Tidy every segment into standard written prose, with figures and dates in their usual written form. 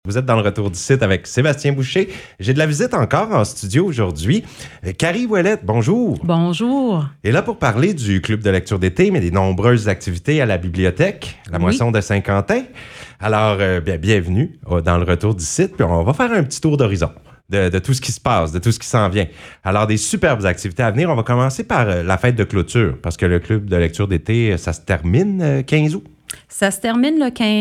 Vous êtes dans le retour du site avec Sébastien Boucher. J'ai de la visite encore en studio aujourd'hui. Carrie Ouellette, bonjour. Bonjour. Et là pour parler du club de lecture d'été, mais des nombreuses activités à la bibliothèque, la Moisson de Saint-Quentin. Alors, bienvenue dans le retour du site. Puis on va faire un petit tour d'horizon de tout ce qui se passe, de tout ce qui s'en vient. Alors, des superbes activités à venir. On va commencer par la fête de clôture, parce que le club de lecture d'été, ça se termine 15 août. Ça se termine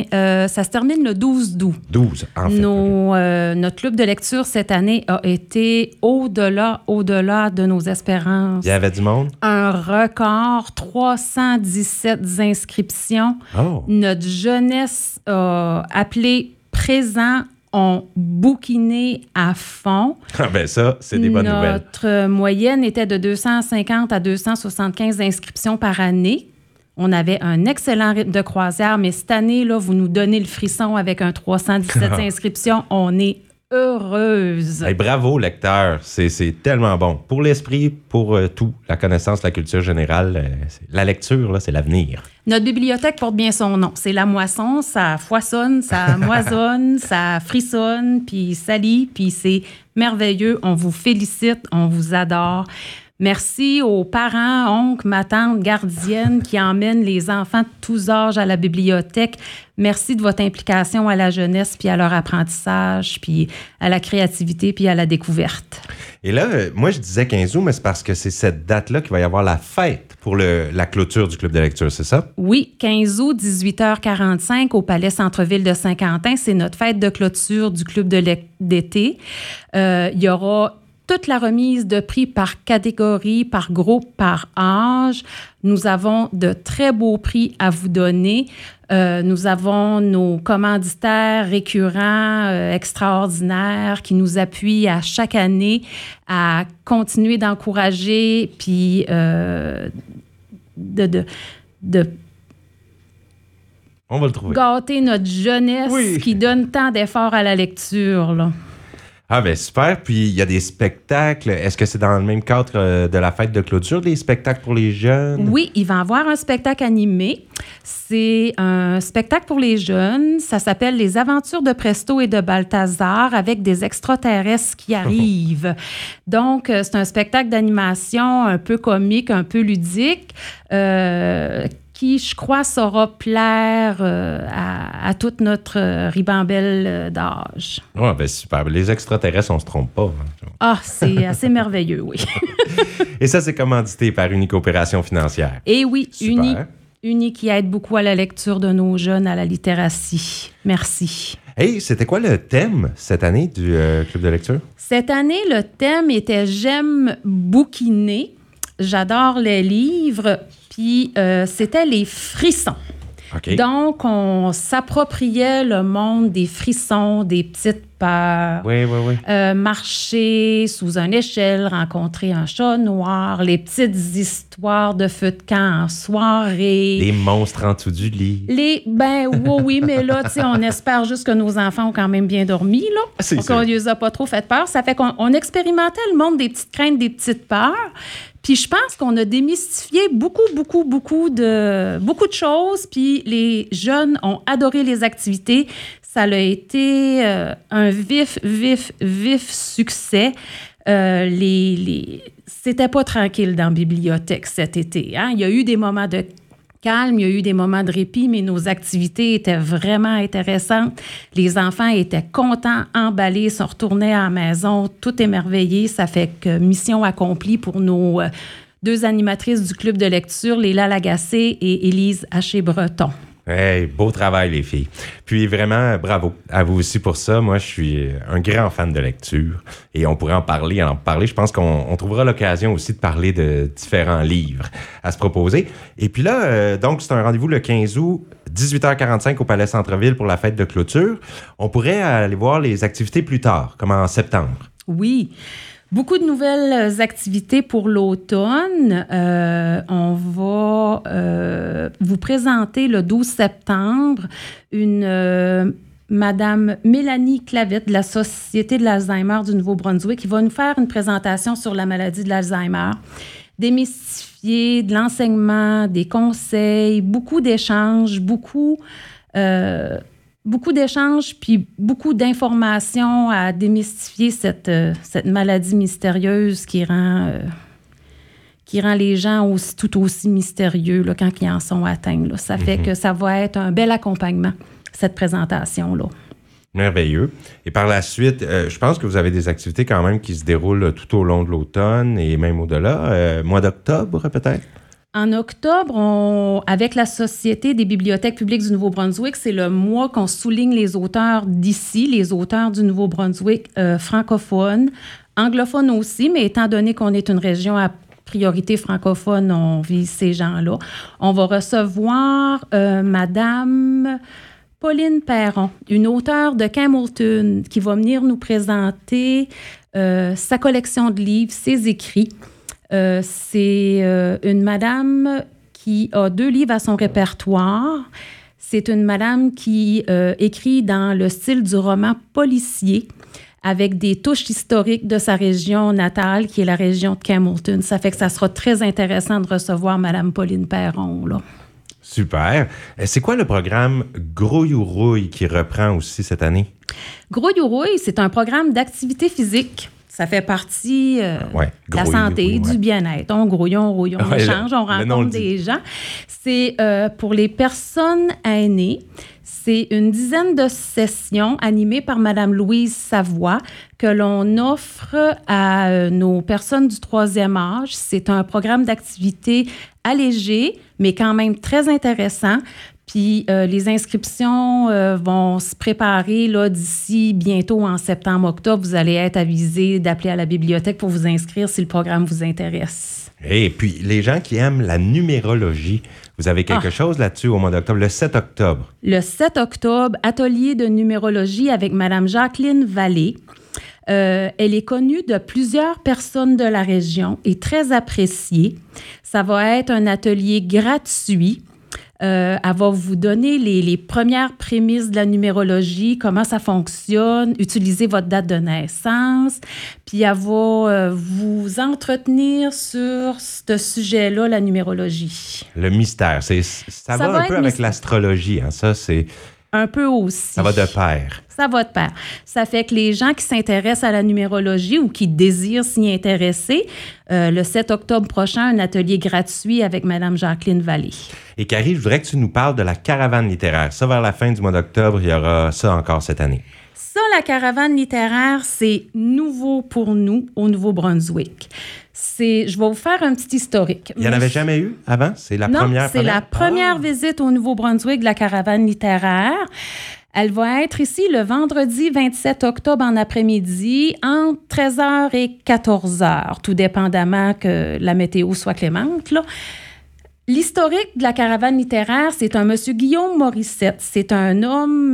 le 12 août. 12, en fait. Notre club de lecture cette année a été au-delà de nos espérances. Il y avait du monde? Un record, 317 inscriptions. Oh. Notre jeunesse a appelé présent, ont bouquiné à fond. Ah ben ça, c'est des bonnes nouvelles. Notre moyenne était de 250 à 275 inscriptions par année. On avait un excellent rythme de croisière, mais cette année, là, vous nous donnez le frisson avec un 317 inscriptions. On est heureuse. Hey, bravo, lecteur. C'est tellement bon. Pour l'esprit, pour tout, la connaissance, la culture générale, la lecture, là, c'est l'avenir. Notre bibliothèque porte bien son nom. C'est la moisson, ça foisonne, ça moisonne, ça frissonne, puis ça lit, puis c'est merveilleux. On vous félicite, on vous adore. Merci aux parents, oncles, ma tante, gardiennes qui emmènent les enfants de tous âges à la bibliothèque. Merci de votre implication à la jeunesse, puis à leur apprentissage, puis à la créativité, puis à la découverte. Et là, moi, je disais 15 août, mais c'est parce que c'est cette date-là qu'il va y avoir la fête pour la clôture du club de lecture, c'est ça? Oui, 15 août, 18h45 au Palais Centre-Ville de Saint-Quentin. C'est notre fête de clôture du club d'été. Il y aura toute la remise de prix par catégorie, par groupe, par âge. Nous avons de très beaux prix à vous donner. Nous avons nos commanditaires récurrents, extraordinaires, qui nous appuient à chaque année à continuer d'encourager, puis on va le trouver. Gâter notre jeunesse qui donne tant d'efforts à la lecture, là. Ah ben super, puis il y a des spectacles. Est-ce que c'est dans le même cadre de la fête de clôture, des spectacles pour les jeunes? Oui, il va y avoir un spectacle animé. C'est un spectacle pour les jeunes. Ça s'appelle Les aventures de Presto et de Balthazar avec des extraterrestres qui arrivent. Donc, c'est un spectacle d'animation un peu comique, un peu ludique, qui, je crois, saura plaire à toute notre ribambelle d'âge. Ah, ben super. Les extraterrestres, on se trompe pas. Ah, c'est assez merveilleux, oui. Et ça, c'est commandité par Uni Coopération Financière. Et oui, super. Uni qui aide beaucoup à la lecture de nos jeunes, à la littératie. Merci. Hey, c'était quoi le thème cette année du club de lecture? Cette année, le thème était « J'aime bouquiner ». J'adore les livres, puis c'était les frissons. Okay. Donc, on s'appropriait le monde des frissons, des petites peurs. Oui. Marcher sous une échelle, rencontrer un chat noir, les petites histoires de feu de camp en soirée. Les monstres en dessous du lit. Oui, mais là, tu sais, on espère juste que nos enfants ont quand même bien dormi, là. C'est sûr. On ne les a pas trop fait peur. Ça fait qu'on expérimentait le monde des petites craintes, des petites peurs. Puis je pense qu'on a démystifié beaucoup de choses. Puis les jeunes ont adoré les activités. Ça a été un vif succès. C'était pas tranquille dans la bibliothèque cet été, hein? Il y a eu des moments de calme, il y a eu des moments de répit, mais nos activités étaient vraiment intéressantes. Les enfants étaient contents, emballés, sont retournés à la maison, tout émerveillés. Ça fait que mission accomplie pour nos deux animatrices du club de lecture, Léla Lagacé et Élise Haché-Breton. Hey, beau travail, les filles. Puis vraiment, bravo à vous aussi pour ça. Moi, je suis un grand fan de lecture et on pourrait en parler. Je pense qu'on trouvera l'occasion aussi de parler de différents livres à se proposer. Et puis là, donc, c'est un rendez-vous le 15 août, 18h45 au Palais Centre-Ville pour la fête de clôture. On pourrait aller voir les activités plus tard, comme en septembre. Oui. Beaucoup de nouvelles activités pour l'automne. On va vous présenter le 12 septembre une Madame Mélanie Clavette de la Société de l'Alzheimer du Nouveau-Brunswick qui va nous faire une présentation sur la maladie de l'Alzheimer. Démystifier de l'enseignement, des conseils, beaucoup d'échanges, beaucoup beaucoup d'échanges puis beaucoup d'informations à démystifier cette maladie mystérieuse qui rend les gens tout aussi mystérieux là, quand ils en sont atteints. Là. Ça fait que ça va être un bel accompagnement, cette présentation-là. Merveilleux. Et par la suite, je pense que vous avez des activités quand même qui se déroulent tout au long de l'automne et même au-delà. Mois d'octobre, peut-être? En octobre, avec la Société des bibliothèques publiques du Nouveau-Brunswick, c'est le mois qu'on souligne les auteurs d'ici, les auteurs du Nouveau-Brunswick francophones, anglophones aussi, mais étant donné qu'on est une région à priorité francophone, on vise ces gens-là. On va recevoir Madame Pauline Perron, une auteure de Campbellton, qui va venir nous présenter sa collection de livres, ses écrits. C'est une madame qui a 2 livres à son répertoire. C'est une madame qui écrit dans le style du roman policier, avec des touches historiques de sa région natale, qui est la région de Campbellton. Ça fait que ça sera très intéressant de recevoir Madame Pauline Perron, là. Super. C'est quoi le programme Grouille qui reprend aussi cette année? Grouille, c'est un programme d'activité physique. Ça fait partie de la santé, du bien-être. On grouille, on échange, on rencontre des gens. C'est pour les personnes aînées. C'est une dizaine de sessions animées par Mme Louise Savoie que l'on offre à nos personnes du 3e âge. C'est un programme d'activité allégé, mais quand même très intéressant. Puis les inscriptions vont se préparer là, d'ici bientôt en septembre-octobre. Vous allez être avisé d'appeler à la bibliothèque pour vous inscrire si le programme vous intéresse. Et puis, les gens qui aiment la numérologie, vous avez quelque chose là-dessus au mois d'octobre, le 7 octobre. Le 7 octobre, atelier de numérologie avec Mme Jacqueline Vallée. Elle est connue de plusieurs personnes de la région et très appréciée. Ça va être un atelier gratuit. Elle va vous donner les premières prémices de la numérologie, comment ça fonctionne, utiliser votre date de naissance, puis elle va vous entretenir sur ce sujet-là, la numérologie. Le mystère, ça va un peu avec l'astrologie, hein, ça, c'est... Un peu aussi. Ça va de pair. Ça va de pair. Ça fait que les gens qui s'intéressent à la numérologie ou qui désirent s'y intéresser, le 7 octobre prochain, un atelier gratuit avec Mme Jacqueline Vallée. Et Carrie, je voudrais que tu nous parles de la caravane littéraire. Ça, vers la fin du mois d'octobre, il y aura ça encore cette année. Ça, la caravane littéraire, c'est nouveau pour nous au Nouveau-Brunswick. Je vais vous faire un petit historique. Il n'y en avait jamais eu avant? C'est la première? C'est la première visite au Nouveau-Brunswick de la caravane littéraire. Elle va être ici le vendredi 27 octobre en après-midi, entre 13h et 14h, tout dépendamment que la météo soit clémente, là. L'historique de la caravane littéraire, c'est un monsieur Guillaume Morissette. C'est un homme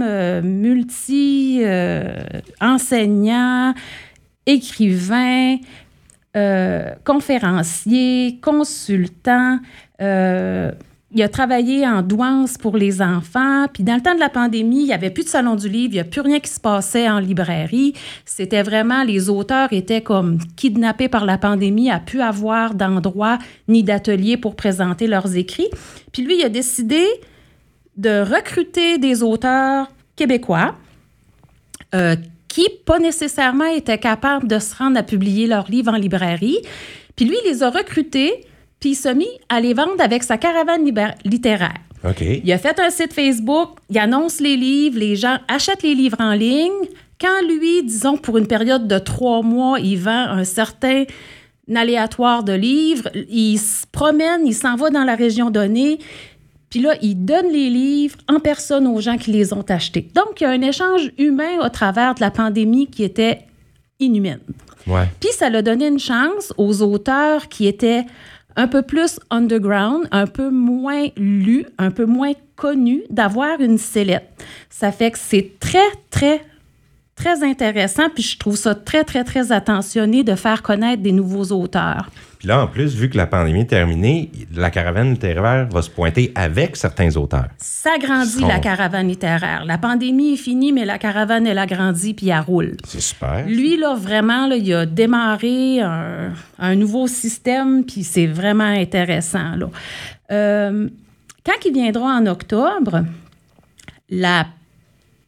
enseignant, écrivain, conférencier, consultant. Il a travaillé en douance pour les enfants. Puis dans le temps de la pandémie, il n'y avait plus de salon du livre, il n'y a plus rien qui se passait en librairie. C'était vraiment, les auteurs étaient comme kidnappés par la pandémie, à plus avoir d'endroit ni d'atelier pour présenter leurs écrits. Puis lui, il a décidé de recruter des auteurs québécois qui, pas nécessairement, étaient capables de se rendre à publier leurs livres en librairie. Puis lui, il les a recrutés, puis il s'est mis à les vendre avec sa caravane littéraire. OK. Il a fait un site Facebook, il annonce les livres, les gens achètent les livres en ligne. Quand lui, disons, pour une période de 3 mois, il vend un certain aléatoire de livres, il se promène, il s'en va dans la région donnée, puis là, il donne les livres en personne aux gens qui les ont achetés. Donc, il y a un échange humain au travers de la pandémie qui était inhumaine. Ouais. Puis, ça a donné une chance aux auteurs qui étaient un peu plus underground, un peu moins lus, un peu moins connus, d'avoir une sellette. Ça fait que c'est très, très, très intéressant, puis je trouve ça très, très, très attentionné de faire connaître des nouveaux auteurs. Puis là, en plus, vu que la pandémie est terminée, la caravane littéraire va se pointer avec certains auteurs. Ça grandit, la caravane littéraire. La pandémie est finie, mais la caravane, elle a grandi, puis elle roule. C'est super. Lui, là, vraiment, là, il a démarré un nouveau système, puis c'est vraiment intéressant, là. Quand il viendra en octobre, la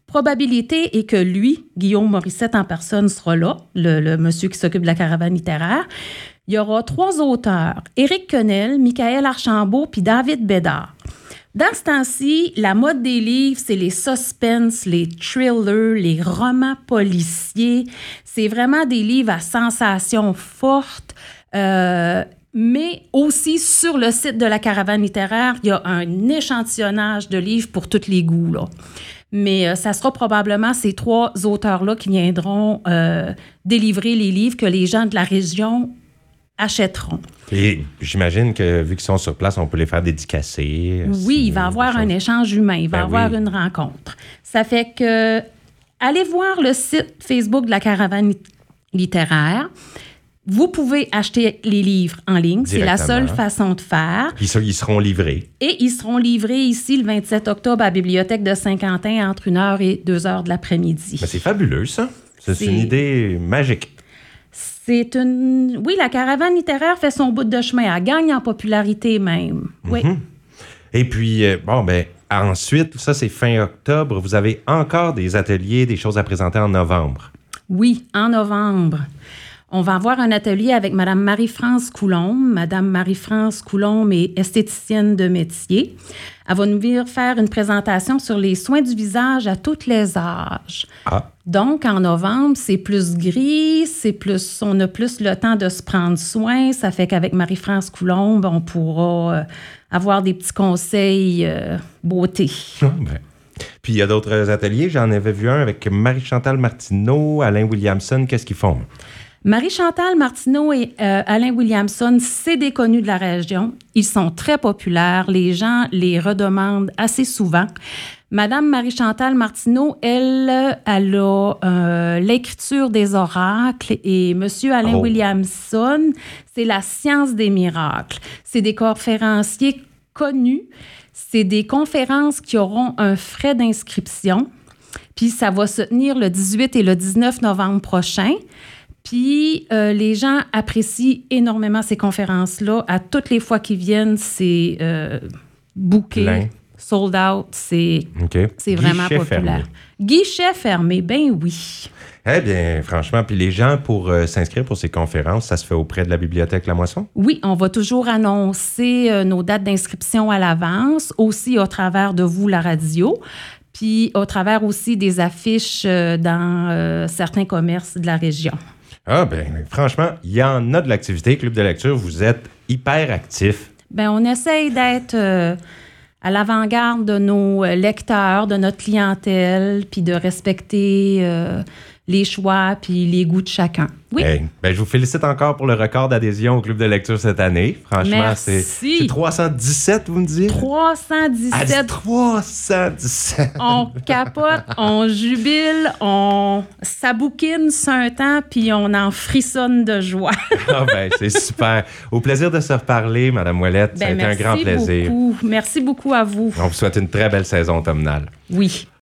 probabilité est que lui, Guillaume Morissette en personne, sera là, le monsieur qui s'occupe de la caravane littéraire. Il y aura 3 auteurs, Éric Quenel, Michael Archambault puis David Bédard. Dans ce temps-ci, la mode des livres, c'est les suspens, les thrillers, les romans policiers. C'est vraiment des livres à sensations fortes. Mais aussi, sur le site de la caravane littéraire, il y a un échantillonnage de livres pour tous les goûts, là. Mais ça sera probablement ces 3 auteurs-là qui viendront délivrer les livres que les gens de la région achèteront. Et j'imagine que, vu qu'ils sont sur place, on peut les faire dédicacer. Oui, il va y avoir un échange humain, il va y avoir une rencontre. Ça fait que, allez voir le site Facebook de la caravane littéraire. Vous pouvez acheter les livres en ligne. C'est la seule façon de faire. Ils seront livrés. Et ils seront livrés ici le 27 octobre à la Bibliothèque de Saint-Quentin entre 1h et 2h de l'après-midi. Mais c'est fabuleux, ça. C'est une idée magique. Oui, la caravane littéraire fait son bout de chemin. Elle gagne en popularité même. Oui. Et puis, ensuite, ça, c'est fin octobre. Vous avez encore des ateliers, des choses à présenter en novembre. Oui, en novembre. On va avoir un atelier avec Mme Marie-France Coulombe. Mme Marie-France Coulombe est esthéticienne de métier. Elle va nous venir faire une présentation sur les soins du visage à tous les âges. Ah. Donc, en novembre, c'est plus gris, on a plus le temps de se prendre soin. Ça fait qu'avec Marie-France Coulombe, on pourra avoir des petits conseils beauté. Puis, il y a d'autres ateliers. J'en avais vu un avec Marie-Chantal Martineau, Alain Williamson. Qu'est-ce qu'ils font? Marie-Chantal Martineau et Alain Williamson, c'est des connus de la région. Ils sont très populaires. Les gens les redemandent assez souvent. Madame Marie-Chantal Martineau, elle a l'écriture des oracles et Monsieur Alain Williamson, c'est la science des miracles. C'est des conférenciers connus. C'est des conférences qui auront un frais d'inscription. Puis ça va se tenir le 18 et le 19 novembre prochain. Puis, les gens apprécient énormément ces conférences-là. À toutes les fois qu'ils viennent, c'est booké, sold out. C'est vraiment populaire. Fermé. Guichet fermé, ben oui. Eh bien, franchement, puis les gens, pour s'inscrire pour ces conférences, ça se fait auprès de la Bibliothèque La Moisson? Oui, on va toujours annoncer nos dates d'inscription à l'avance, aussi au travers de vous, la radio, puis au travers aussi des affiches dans certains commerces de la région. Ah, bien, franchement, il y en a de l'activité. Club de lecture, vous êtes hyper actifs. Bien, on essaye d'être à l'avant-garde de nos lecteurs, de notre clientèle, puis de respecter les choix puis les goûts de chacun. Oui. Hey, je vous félicite encore pour le record d'adhésion au Club de lecture cette année. Franchement, c'est 317, vous me dites? 317. 317. On capote, on jubile, ça bouquine sur un temps, puis on en frissonne de joie. Ah c'est super. Au plaisir de se reparler, Mme Ouellette. Ça a été un grand plaisir. Merci beaucoup à vous. On vous souhaite une très belle saison automnale. Oui.